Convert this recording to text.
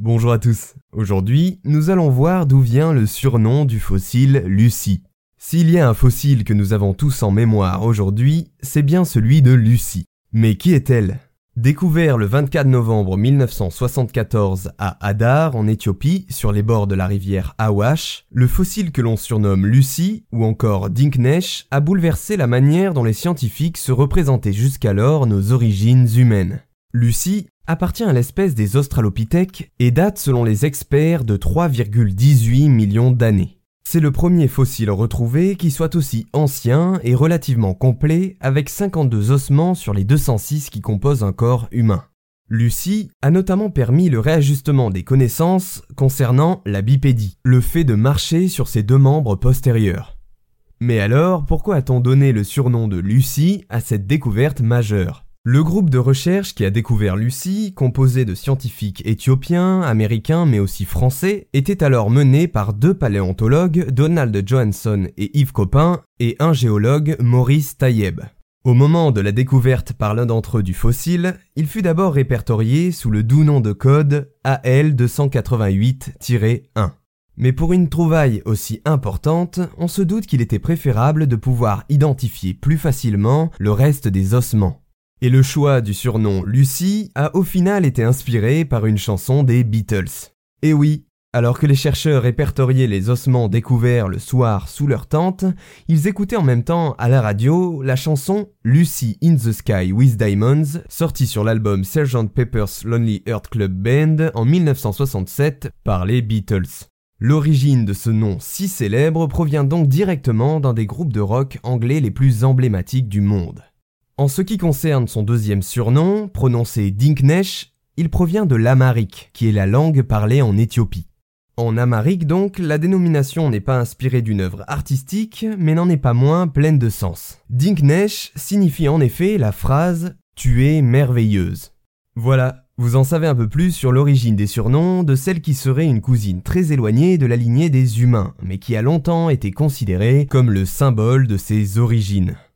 Bonjour à tous. Aujourd'hui, nous allons voir d'où vient le surnom du fossile Lucie. S'il y a un fossile que nous avons tous en mémoire aujourd'hui, c'est bien celui de Lucie. Mais qui est-elle ? Découvert le 24 novembre 1974 à Hadar en Éthiopie, sur les bords de la rivière Awash, le fossile que l'on surnomme Lucie, ou encore Dinknesh, a bouleversé la manière dont les scientifiques se représentaient jusqu'alors nos origines humaines. Lucie appartient à l'espèce des Australopithèques et date selon les experts de 3,18 millions d'années. C'est le premier fossile retrouvé qui soit aussi ancien et relativement complet avec 52 ossements sur les 206 qui composent un corps humain. Lucie a notamment permis le réajustement des connaissances concernant la bipédie, le fait de marcher sur ses deux membres postérieurs. Mais alors, pourquoi a-t-on donné le surnom de Lucie à cette découverte majeure ? Le groupe de recherche qui a découvert Lucie, composé de scientifiques éthiopiens, américains mais aussi français, était alors mené par deux paléontologues, Donald Johansson et Yves Copin, et un géologue, Maurice Tayeb. Au moment de la découverte par l'un d'entre eux du fossile, il fut d'abord répertorié sous le doux nom de code AL288-1. Mais pour une trouvaille aussi importante, on se doute qu'il était préférable de pouvoir identifier plus facilement le reste des ossements. Et le choix du surnom Lucie a au final été inspiré par une chanson des Beatles. Et oui, alors que les chercheurs répertoriaient les ossements découverts le soir sous leur tente, ils écoutaient en même temps à la radio la chanson Lucy in the Sky with Diamonds, sortie sur l'album Sgt. Pepper's Lonely Hearts Club Band en 1967 par les Beatles. L'origine de ce nom si célèbre provient donc directement d'un des groupes de rock anglais les plus emblématiques du monde. En ce qui concerne son deuxième surnom, prononcé Dinknesh, il provient de l'amharique, qui est la langue parlée en Éthiopie. En amharique donc, la dénomination n'est pas inspirée d'une œuvre artistique, mais n'en est pas moins pleine de sens. Dinknesh signifie en effet la phrase « Tu es merveilleuse ». Voilà, vous en savez un peu plus sur l'origine des surnoms de celle qui serait une cousine très éloignée de la lignée des humains, mais qui a longtemps été considérée comme le symbole de ses origines.